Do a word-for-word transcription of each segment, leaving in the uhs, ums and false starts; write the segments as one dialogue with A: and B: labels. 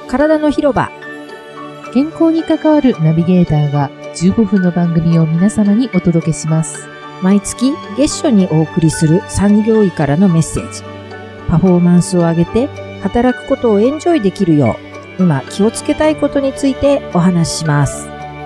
A: 体の広場。
B: 健康に関わるナビゲーターがじゅうごふんの番組を皆様にお届けします。
A: 毎月月初にお送りする産業医からのメッセージ。パフォーマンスを上げて働くことをエンジョイできるよう、今気をつけたいことについてお話しします。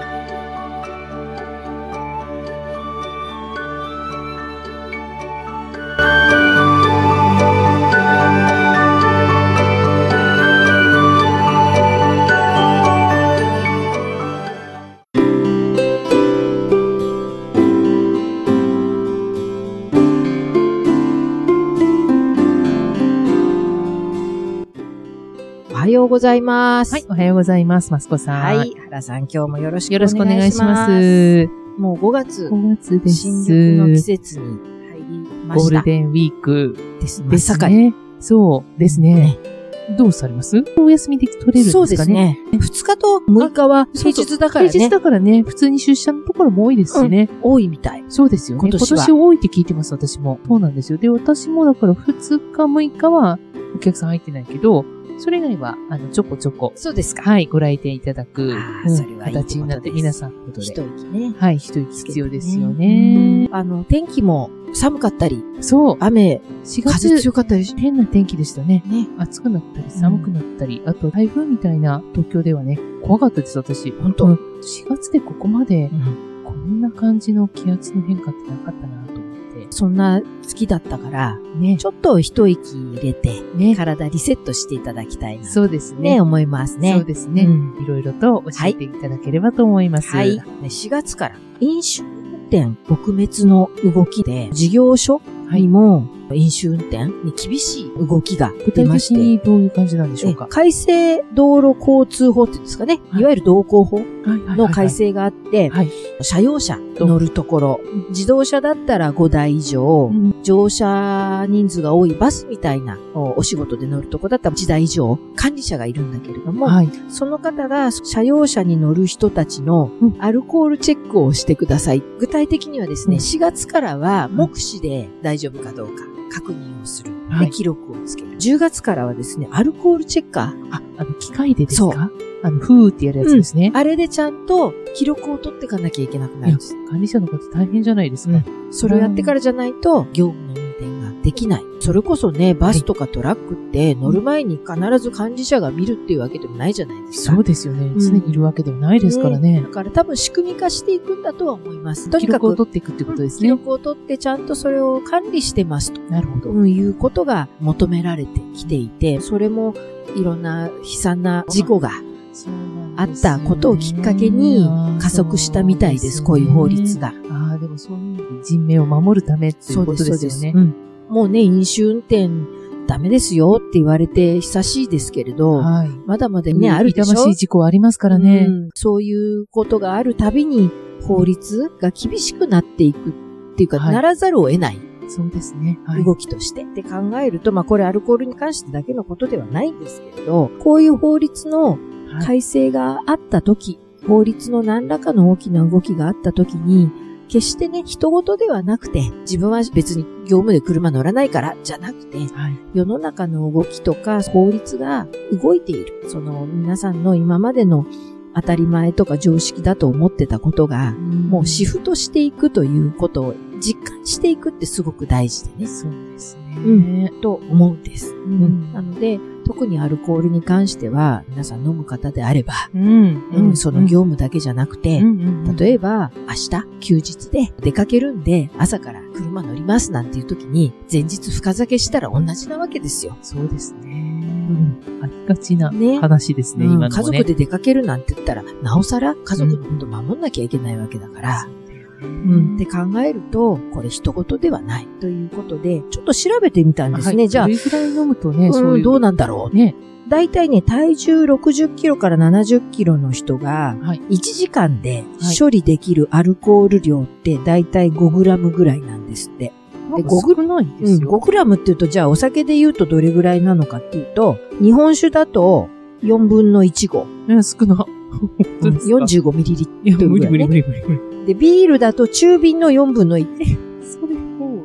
A: おはようございます。
B: はい、おはようございます。マスコさん。
A: はい、原さん、今日もよろしくお
B: よろしくお願
A: 願いし
B: いしま
A: ます。
B: す。
A: もうごがつ、
B: ごがつです。
A: 新緑の季節に入りま
B: ゴー
A: した。
B: ルデンウィーク
A: ですね。
B: です
A: 盛り
B: ね。そうですね。どうされますお休みで取れるんですかね。
A: そうですね。ふつかとむいかは平日だからね。
B: 平日だからね、普通に出社のところも多いですしね。
A: 多いみたい。
B: そうですよね。今
A: 今年は
B: 年多いって聞いてます、私も。そうなんですよ。で、私もだからふつかむいかはお客さん入ってないけど、それ以外は、あの、ちょこちょこ。
A: そうですか。
B: はい、ご来店いただく、
A: あー
B: うん
A: それはいい
B: 形になって、
A: ことです
B: 皆さんのことで。
A: 一息ね。
B: はい、一息必要ですよね。
A: あの、天気も寒かったり、
B: そう。
A: 雨、
B: し
A: 風
B: がつ、
A: 強かったりし
B: 変な天気でしたね。
A: ね。
B: 暑くなったり、寒くなったり、あと台風みたいな東京ではね、怖かったです、私。
A: 本当
B: うんしがつでここまで、
A: うん
B: こんな感じの気圧の変化ってなかったなと思って。
A: そんな月だったから、
B: ね。
A: ちょっと一息入れて、
B: ね。
A: 体リセットしていただきたいな。
B: そうです
A: ね、
B: ね。
A: 思いますね。
B: そうですね。
A: うん
B: いろいろと教えていただければと思います。
A: はい。ねしがつから飲酒運転撲滅の動きで、事業所にも飲酒運転に厳しい動きが
B: 具体的
A: 出まして、
B: にどういう感じなんでしょうか。
A: え改正道路交通法っていうんですかね、
B: はい
A: いわゆる道交法
B: はいはいはい
A: の改正があって、
B: はい。
A: 車用車乗るところ、自動車だったらごだい以上、
B: うん
A: 乗車人数が多いバスみたいなおお仕事で乗るところだったらいちだい以上管理者がいるんだけれども、
B: はい。
A: その方が車用車に乗る人たちの
B: うん
A: アルコールチェックをしてください。具体的にはですね、
B: うん
A: しがつからは目視で大丈夫かどうか確認をする。
B: はい
A: で記録をつける。じゅうがつからはですね、アルコールチェッカー。
B: あ、あの、機械でです
A: そう
B: かあの、ふーってやるやつですね。
A: あれでちゃんと記録を取っていかなきゃいけなくなるんです。
B: 管理者の方大変じゃないですか。
A: それをやってからじゃないと、業務の運転ができない。それこそね、バスとかトラックって乗る前に必ず管理者が見るっていうわけでもないじゃないですか。
B: そうですよね。
A: ん
B: 常にいるわけではないですからね
A: だ。から多分仕組み化していくんだとは思います。と
B: 記
A: にかく、
B: 録を取っていくってことです
A: 記
B: ね。
A: 録を取ってちゃんとそれを管理してますと、
B: なるほど。
A: うん、いうことが求められてきていて、それもいろんな悲惨な事故があったことをきっかけに加速したみたいです、こういう法律。が。
B: ああ、でもそういう意味で人命を守るためっていうことですよね。
A: うんもうね、飲酒運転ダメですよって言われて久しいですけれど、
B: はい。
A: まだまだね、あるでしょ。
B: 痛ましい事故はありますからね。
A: うんそういうことがあるたびに法律が厳しくなっていくっていうか、
B: はい
A: ならざるを得ない
B: そうですね。はい。
A: 動きとして。って考えると、まあこれアルコールに関してだけのことではないんですけれど、こういう法律の
B: はい
A: 改正があった時、法律の何らかの大きな動きがあった時に、決してね、人事ではなくて、自分は別に業務で車乗らないからじゃなくて、
B: はい。
A: 世の中の動きとか法律が動いている。その皆さんの今までの当たり前とか常識だと思ってたことが、もうシフトしていくということを実感していくってすごく大事でね。
B: そうですね。
A: うんと思うんです。
B: うん
A: なので、特にアルコールに関しては、皆さん飲む方であれば、
B: うん。
A: うんその業務だけじゃなくて、
B: うん。
A: 例えば、明日、休日で出かけるんで、朝から車乗りますなんていう時に、前日深酒したら同じなわけですよ。
B: そうですね。
A: ん
B: ありがちな
A: ね
B: 話ですね、
A: うん
B: 今のね。
A: 家族で出かけるなんて言ったら、なおさら家族のこと守んなきゃいけないわけだから、うん、って考えると、これ一言ではないということで、ちょっと調べてみたんですね。
B: はい
A: じゃあ、
B: どれぐらい飲むとね、そう
A: うん、
B: いう。
A: どうなんだろう。
B: ね。
A: だいたいね、体重ろくじゅっキロからななじゅっキロの人が、
B: はい。
A: いちじかんで
B: はい
A: 処理できるアルコール量ってだいたいごグラムぐらいなんですって。
B: で、
A: ごグ
B: 少ないで
A: うん、
B: すよ。
A: ごグラムって言うと、じゃあお酒で言うとどれぐらいなのかっていうと、日本酒だとよんぶんのいちご。
B: うん、少な。
A: よんじゅうごミリリットルぐらい、ね。
B: 無理無理無理無理無理。
A: で、ビールだと中瓶のよんぶんのいち。
B: それを、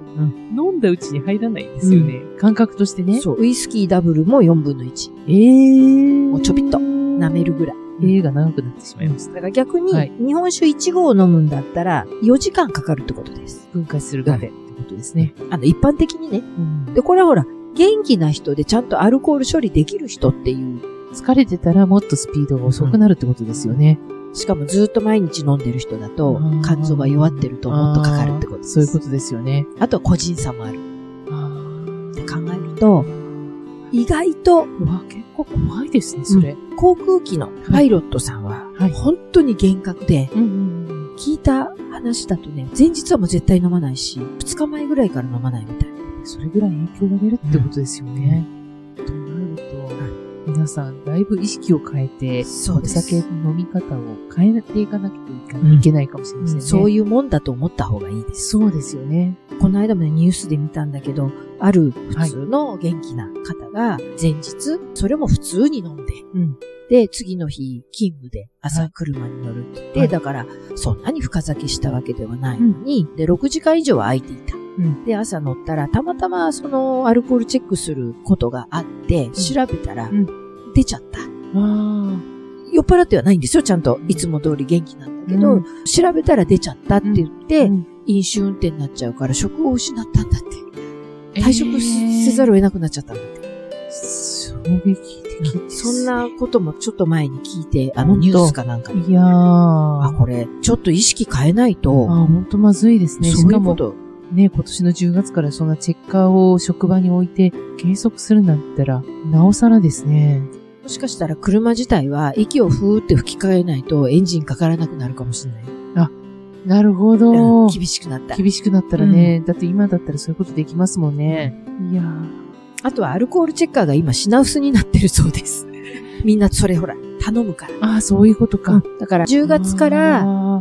B: 飲んだうちに入らないんですよね。感覚としてね。
A: そう、ウイスキーダブルもよんぶんのいち。
B: えー。
A: もうちょびっと舐めるぐらい。
B: 映画長くなってしまいました。
A: だから逆に、
B: はい、
A: 日本酒いちごう飲むんだったら、よじかんかかるってことです。
B: 分解するまでってことですね。
A: あの、一般的にね。
B: うん、
A: で、これはほら、元気な人でちゃんとアルコール処理できる人っていう。
B: 疲れてたらもっとスピードが遅くなるってことですよね。
A: うん、しかもずっと毎日飲んでる人だと、肝臓が弱ってるともっとかかるってことです。
B: そういうことですよね。
A: あとは個人差もある。って考えると、意外と、
B: うわ、結構怖いですね、それ。
A: うん、航空機のパイロットさんは、はい、本当に厳格で、うんうんうん、聞いた話だとね、前日はもう絶対飲まないし、ふつかまえぐらいから飲まないみたい。
B: それぐらい影響が出るってことですよね。うん、となると、うん、皆さん、だいぶ意識を変えて、お酒飲み方を変えていかなきゃいけないかもしれませんね、うん。
A: そういうもんだと思った方がいいです。
B: そうですよね。
A: この間もね、ニュースで見たんだけど、ある普通の元気な方が、前日、それも普通に飲んで、うん、で、次の日、勤務で朝車に乗るって言って、はい、だから、そんなに深酒したわけではないのに、うん、で、ろくじかん以上は空いていた。うん、で、朝乗ったら、たまたまそのアルコールチェックすることがあって、うん、調べたら、うん、出ちゃった。あ酔っ払ってはないんですよ、ちゃんと。いつも通り元気なんだけど、うん、調べたら出ちゃったって言って、うん、飲酒運転になっちゃうから職を失ったんだって。退職せざるを得なくなっちゃったんだって。
B: えー、衝撃的です。
A: そんなこともちょっと前に聞いて、あのニュースかなんかに。
B: いやー。
A: あ、これ、ちょっと意識変えないと。
B: あ、ほんとまずいですね。
A: そういうこと。
B: しかもね、今年のじゅうがつからそんなチェッカーを職場に置いて計測するなんて言ったら、なおさらですね。
A: もしかしたら車自体は息をふーって吹き替えないとエンジンかからなくなるかもしれない。
B: あ、なるほど、
A: うん。厳しくなったら。
B: 厳しくなったらね、うん。だって今だったらそういうことできますもんね。いやー。
A: あとはアルコールチェッカーが今品薄になってるそうです。みんなそれほら、頼むから。
B: ああ、そういうことか。うん、
A: だからじゅうがつから、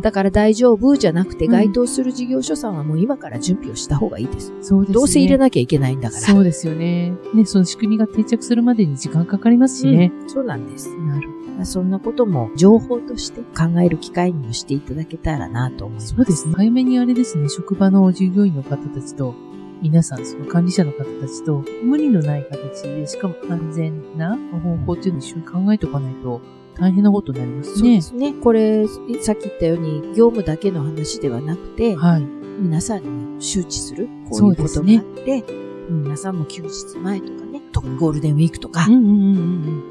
A: だから大丈夫じゃなくて、該当する事業所さんはもう今から準備をした方がいいです。
B: そうですね。
A: どうせ入れなきゃいけないんだから。
B: そうですよね。ね、その仕組みが定着するまでに時間かかりますしね。
A: うん、そうなんです。
B: なるほど。
A: そんなことも情報として考える機会にもしていただけたらなと思います。
B: そうですね。早めにあれですね、職場の従業員の方たちと、皆さん、その管理者の方たちと、無理のない形で、しかも安全な方法っていうのを一緒に考えておかないと、大変なことになりますね。
A: そうですね。これ、さっき言ったように、業務だけの話ではなくて、はい、皆さんに周知する、こういうことがあって、ね、皆さんも休日前とかね、特にゴールデンウィークとか、うんうんうんうん、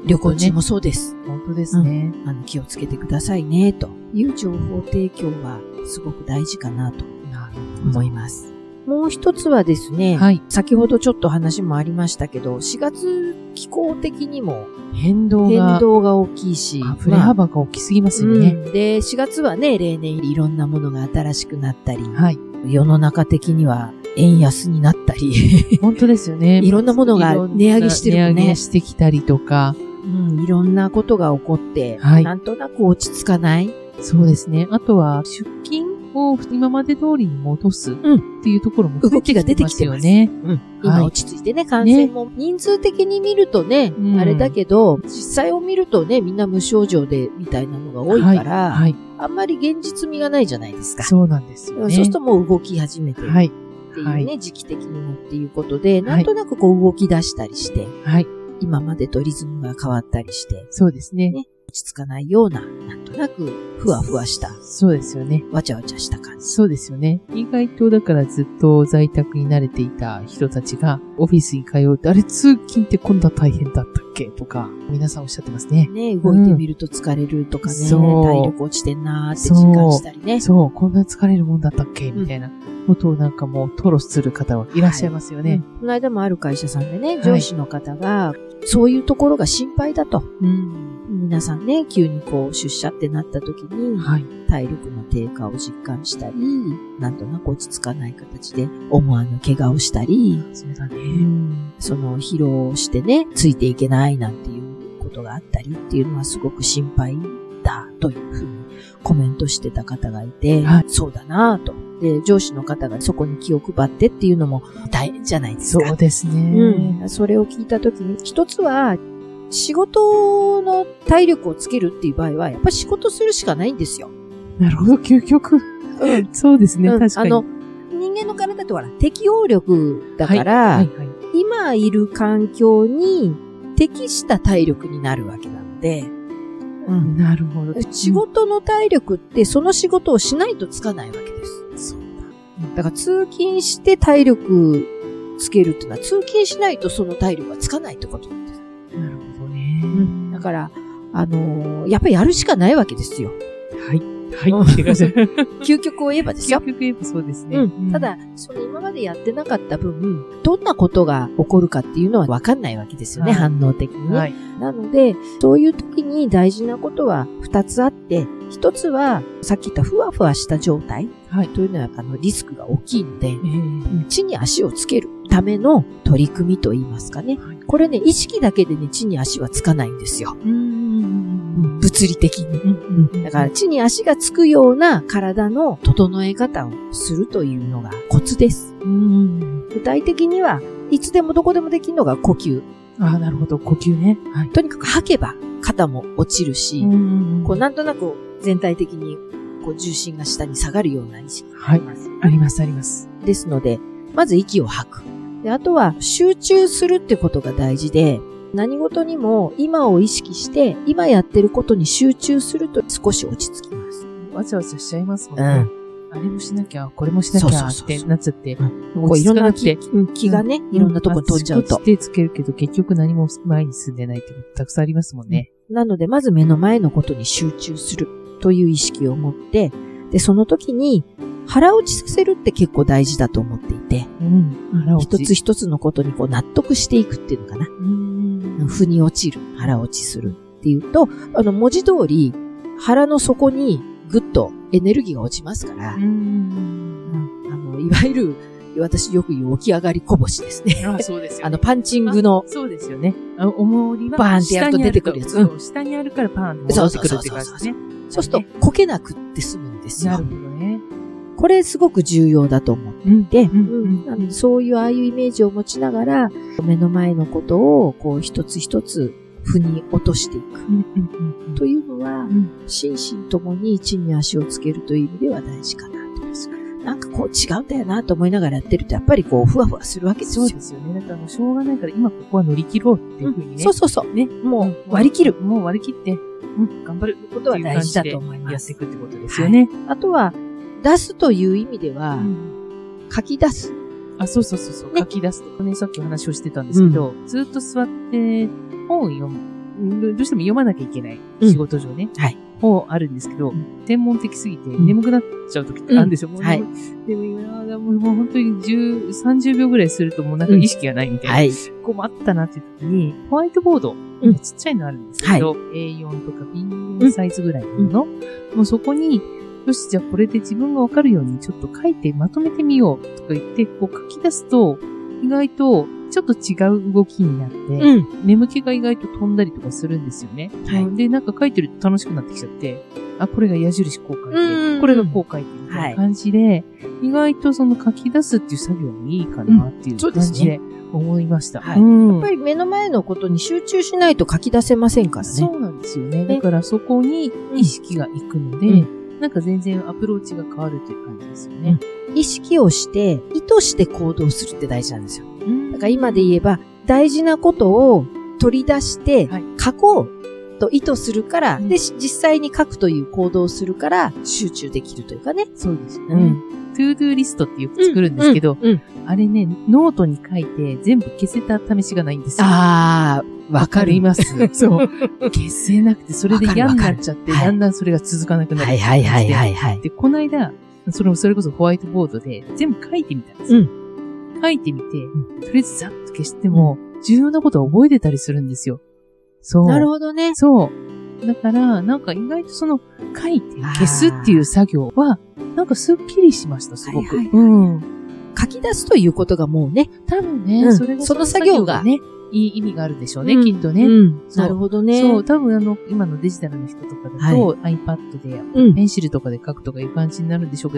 A: 旅行中もそうです。
B: 本当ですね、
A: うん。あの、気をつけてくださいね、という情報提供はすごく大事かなと思います。もう一つはですね、はい、先ほどちょっと話もありましたけど、しがつ気候的にも
B: 変動が
A: 変動が大きいし、
B: 振れ幅が大きすぎますよね、
A: うん。で、しがつはね、例年いろんなものが新しくなったり、はい、世の中的には円安になったり、
B: 本当ですよね。
A: いろんなものが値上げしてるね。
B: 値上げしてきたりとか、
A: うん、いろんなことが起こって、はい、なんとなく落ち着かない。
B: そうですね。あとは出勤を今まで通りに戻すっていうところも
A: 動きが出てきてますよね。うん、今落ち着いてね、感染も人数的に見るとね、ねあれだけど、実際を見るとね、みんな無症状でみたいなのが多いから、はいはい、あんまり現実味がないじゃないですか。
B: そうなんですよね。
A: そうするともう動き始めてるっていうね、はい、時期的にもっていうことで、なんとなくこう動き出したりして、はい、今までとリズムが変わったりして、
B: そうですね。ね
A: 落ち着かないような、なんとなくふわふわした。
B: そうですよね。
A: わちゃわちゃした感じ。
B: そうですよね。意外とだからずっと在宅に慣れていた人たちがオフィスに通うと、あれ通勤ってこんな大変だったっけとか、皆さんおっしゃってますね。
A: ね、動いてみると疲れるとかね、うん、体力落ちてんなーって実感したりね。
B: そう、そうこんな疲れるもんだったっけみたいなことをなんかもう吐露する方はいらっしゃいますよね。はいうん、
A: この間もある会社さんでね、上司の方が、そういうところが心配だと。うん皆さんね、急にこう出社ってなった時に、はい、体力の低下を実感したり、なんとなく落ち着かない形で思わぬ怪我をしたり、
B: そうだね。
A: うん、その疲労してね、ついていけないなんていうことがあったりっていうのはすごく心配だというふうにコメントしてた方がいて、はい、そうだなぁと。で、上司の方がそこに気を配ってっていうのも大変じゃないですか。
B: そうですね。
A: うん。それを聞いた時に、一つは、仕事の体力をつけるっていう場合は、やっぱり仕事するしかないんですよ。
B: なるほど、究極。うん、そうですね、うん、確かに。あの、
A: 人間の体っとほら、適応力だから、はいはいはい、今いる環境に適した体力になるわけなので、
B: うん、なるほど。
A: 仕事の体力ってその仕事をしないとつかないわけです。そうだ。だから通勤して体力つけるっていうのは通勤しないとその体力がつかないってことなんです。
B: なるほどね。
A: うん、だから、あのー、やっぱりやるしかないわけですよ。
B: はい。はい。
A: 究極を言えばですよ。
B: 究極言えばそうですね。
A: うん。ただ、その今までやってなかった分、どんなことが起こるかっていうのは分かんないわけですよね、はい、反応的にね。はい、なので、そういう時に大事なことは二つあって、一つは、さっき言ったふわふわした状態、はい、というのは、あの、リスクが大きいので、えー、地に足をつけるための取り組みと言いますかね。はい、これね、意識だけでね、地に足はつかないんですよ。うん物理的に、うんうん。だから、地に足がつくような体の整え方をするというのがコツです。うん具体的には、いつでもどこでもできるのが呼吸。
B: ああ、なるほど。呼吸ね。
A: はい。とにかく吐けば肩も落ちるし、うんこうなんとなく全体的にこう重心が下に下がるような意識があります、
B: はい。あります、あります。
A: ですので、まず息を吐く。で、あとは集中するってことが大事で、何事にも今を意識して、今やってることに集中すると少し落ち着きます。
B: わちゃわちゃしちゃいますもんね。うんあれもしなきゃ、これもしなきゃってなっちゃって、
A: こういろんな気、気がね、うん、いろんなとこに飛んじゃうと。
B: 手つけるけど結局何も前に進んでないってことたくさんありますもんね。
A: なので、まず目の前のことに集中するという意識を持って、で、その時に腹落ちさせるって結構大事だと思っていて、うん、腹落ち一つ一つのことにこう納得していくっていうのかな。うん腑に落ちる、腹落ちするっていうと、あの文字通り腹の底にぐっとエネルギーが落ちますから、うん、あの、いわゆる、私よく言う起き上がりこぼしですね。
B: あそうですよ、ね。
A: あの、パンチングの。
B: そうですよね。あの、重りは、
A: バーンってやると出てくるやつ。
B: そう、下にあるからパーンって戻ってくるって感じですね。
A: そうすると、こけなくって済むんですよ。
B: なるほどね。
A: これすごく重要だと思っていて、うんうんうん、そういうああいうイメージを持ちながら、目の前のことを、こう、一つ一つ、腑に落としていく、うんうんうん、というのは、うん、心身ともに地に足をつけるという意味では大事かなと思います。なんかこう違うんだよなと思いながらやってるとやっぱりこうふわふわするわけですよ。
B: そうですよね。だからもうしょうがないから今ここは乗り切ろうっていうふうにね、
A: うん。そうそうそう。ね。もう割り切る。
B: もう割り切って、うん、頑張ることは大事だと思います。やっていくってことですよね。
A: はい、あとは、出すという意味では、うん、書き出す。
B: あ、そうそうそうそう、ね。書き出すとかね、さっきお話をしてたんですけど、うん、ずっと座って本を読む。どうしても読まなきゃいけない仕事上ね。うん、はい。本あるんですけど、うん、専門的すぎて眠くなっちゃう時ってあるんですよ。うん、もうはい。でも今、もう本当にじゅう、さんじゅうびょうぐらいするともうなんか意識がないみたいな。うん、はい。困ったなっていう時に、ホワイトボード、うん、ちっちゃいのあるんですけど、はい、エーよん とか ビーよん サイズぐらいのもの、うん、もうそこに、よし、じゃあこれで自分がわかるようにちょっと書いてまとめてみようとか言って、こう書き出すと、意外と、ちょっと違う動きになって、うん、眠気が意外と飛んだりとかするんですよね。はい、で、なんか書いてると楽しくなってきちゃって、あ、これが矢印こう書いて、うん、これがこう書いてみたいな感じで、はい、意外とその書き出すっていう作業もいいかなっていう感じで思いました。
A: うんはいうん。やっぱり目の前のことに集中しないと書き出せませんからね。
B: そうなんですよね。だからそこに意識がいくので、うんなんか全然アプローチが変わるという感じですよね。
A: うん、意識をして、意図して行動するって大事なんですよ。うん、だから今で言えば、大事なことを取り出して、書こうと意図するから、はい、で、実際に書くという行動をするから、集中できるというかね。
B: そうですよね。うん、トゥードゥーリストってよく作るんですけど、うんうんうん、あれね、ノートに書いて全部消せた試しがないんですよ。
A: あー。わかります。
B: そう。消せなくて、それで嫌になっちゃって、だんだんそれが続かなくなる。
A: はいはいはいはいはい。
B: で、この間、それもそれこそホワイトボードで全部書いてみたんですよ。うん、書いてみて、とりあえずざっと消しても、重要なことを覚えてたりするんですよ。そう。
A: なるほどね。
B: そう。だから、なんか意外とその、書いて消すっていう作業は、なんかスッキリしました、すごく。はいはいはい、うん。
A: 書き出すということがもうね、
B: 多分ね、
A: うん、それがその作業がね、
B: いい意味があるでしょうね、うん、きっとね、
A: うん。なるほどね。
B: そう、多分あの、今のデジタルの人とかだと、はい、iPad で、ペンシルとかで書くとかいう感じになるんでしょうけど、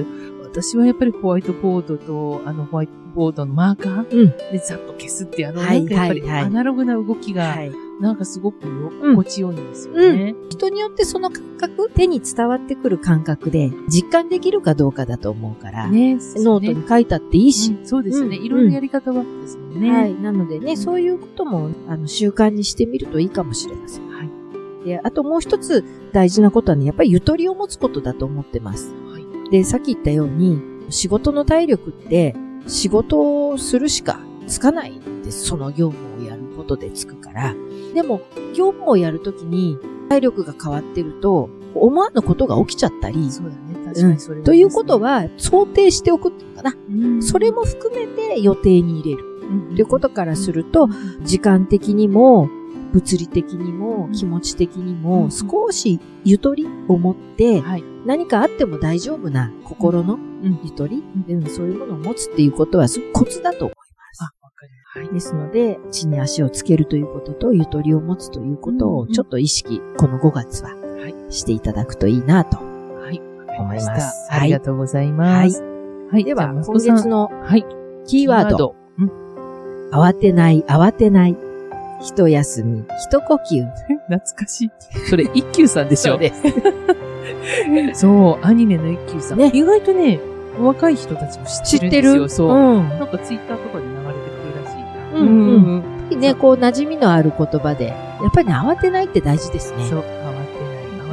B: 私はやっぱりホワイトボードと、あのホワイトボードのマーカー、
A: うん、
B: でざっと消すっていう、あの、
A: はい、
B: なんかやっぱり
A: はいはい
B: アナログな動きが、
A: はい、
B: なんかすごく心地よいんですよね、
A: うん。人によってその感覚、手に伝わってくる感覚で実感できるかどうかだと思うから、ね、ノートに書いたっていいし。
B: うん、そうですよね、うん。いろいろやり方はですもんね。
A: はい。なのでね、そういうことも、あの、習慣にしてみるといいかもしれません。はい。で、あともう一つ大事なことはね、やっぱりゆとりを持つことだと思ってます。はい。で、さっき言ったように、仕事の体力って仕事をするしかつかないんです。その業務をやることでつくから。でも、業務をやるときに体力が変わってると、思わぬことが起きちゃったり。
B: そうだね。確かにそれは、ね、うん。
A: ということは、想定しておくっていうのかな。うん、それも含めて予定に入れる。うん、ということからすると、うん、時間的にも、物理的にも、気持ち的にも、少しゆとりを持って、うんはい、何かあっても大丈夫な心のゆとり、うんうん、そういうものを持つっていうことはコツだと思います。あ、わかります。はい。ですので、地に足をつけるということと、ゆとりを持つということを、ちょっと意識、このごがつは、していただくといいなと、はい、思います。
B: ありがとうございます。はい。
A: はい、では、今月の、はい、キーワード。ーうん、慌てない、慌てない。一休み、一呼吸。
B: 懐かしい。それ、一休さんでしょ。
A: そうです。
B: そう、アニメの一休さん。ね、意外とね、若い人たちも知ってるんですよ。そう。うん、なんかツイッターとかで流れてくるらしい。
A: うんうんうん。ね、こう、馴染みのある言葉で、やっぱりね、慌てないって大事ですね。
B: そう、慌てない、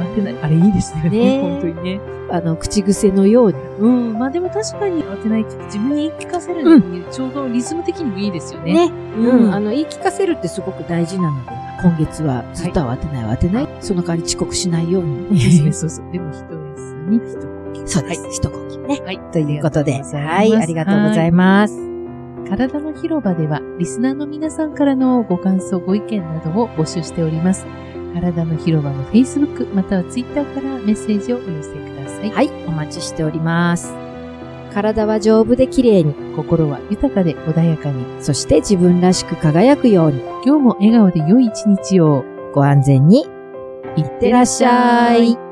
B: 慌てない。あれいいですね。ね本当にね。
A: あの、口癖のように。
B: うん。まあでも確かに慌てないって自分に言い聞かせるのに、ちょうどリズム的にもいいですよね。ね。
A: うん。あの、言い聞かせるってすごく大事なので、今月はずっと慌てない、慌てない。その代わり遅刻しないように。
B: ですね、そうそう。でも一休み、一呼
A: 吸。そうです。一呼吸ね。はい。ということで、はい。ありがとうございます。
B: 体の広場では、リスナーの皆さんからのご感想、ご意見などを募集しております。体の広場の Facebook または Twitter からメッセージをお寄せください。
A: はい、お待ちしております。体は丈夫で綺麗に、
B: 心は豊かで穏やかに、
A: そして自分らしく輝くように、
B: 今日も笑顔で良い一日を
A: ご安全にいってらっしゃい。